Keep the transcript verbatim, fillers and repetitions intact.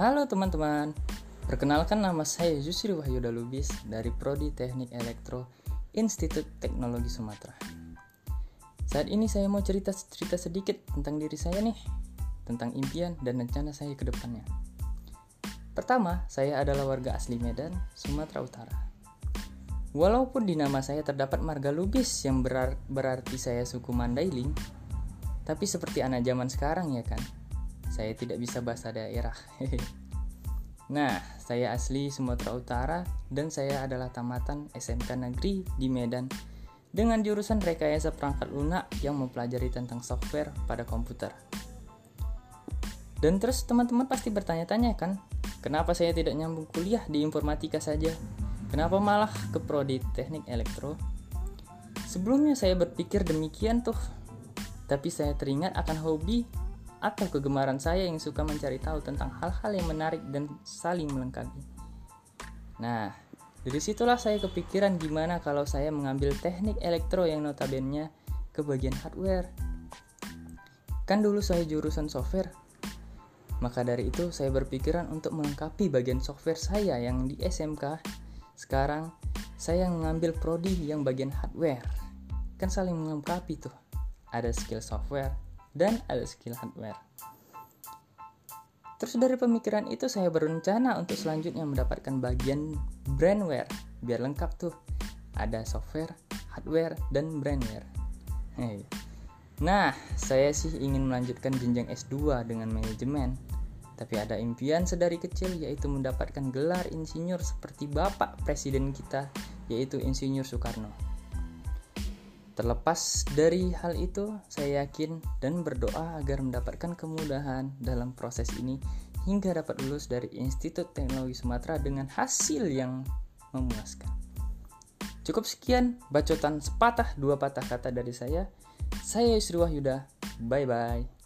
Halo teman-teman, perkenalkan nama saya Yusri Wahyuda Lubis dari Prodi Teknik Elektro Institut Teknologi Sumatera. Saat ini saya mau cerita-cerita sedikit tentang diri saya nih, tentang impian dan rencana saya ke depannya. Pertama, saya adalah warga asli Medan, Sumatera Utara. Walaupun di nama saya terdapat marga Lubis yang berar- berarti saya suku Mandailing, tapi seperti anak zaman sekarang ya kan, saya tidak bisa bahasa daerah. Nah, saya asli Sumatera Utara dan saya adalah tamatan S M K Negeri di Medan dengan jurusan rekayasa perangkat lunak yang mempelajari tentang software pada komputer. Dan terus teman-teman pasti bertanya-tanya kan, kenapa saya tidak nyambung kuliah di informatika saja? Kenapa malah ke prodi teknik elektro? Sebelumnya saya berpikir demikian tuh, tapi saya teringat akan hobi atau kegemaran saya yang suka mencari tahu tentang hal-hal yang menarik dan saling melengkapi. Nah, dari situlah saya kepikiran gimana kalau saya mengambil teknik elektro yang notabene ke bagian hardware. Kan dulu saya jurusan software, maka dari itu saya berpikiran untuk melengkapi bagian software saya yang di S M K. Sekarang saya mengambil prodi yang bagian hardware. Kan saling melengkapi tuh. Ada skill software dan ada skill hardware. Terus dari pemikiran itu saya berencana untuk selanjutnya mendapatkan bagian brandware. Biar lengkap tuh. Ada software, hardware, dan brandware. Hey. Nah, saya sih ingin melanjutkan jenjang S dua dengan manajemen. Tapi ada impian sedari kecil yaitu mendapatkan gelar insinyur seperti Bapak Presiden kita, yaitu Insinyur Soekarno. Terlepas dari hal itu, saya yakin dan berdoa agar mendapatkan kemudahan dalam proses ini hingga dapat lulus dari Institut Teknologi Sumatera dengan hasil yang memuaskan. Cukup sekian bacotan sepatah dua patah kata dari saya. Saya Yusri Wahyuda. Bye bye.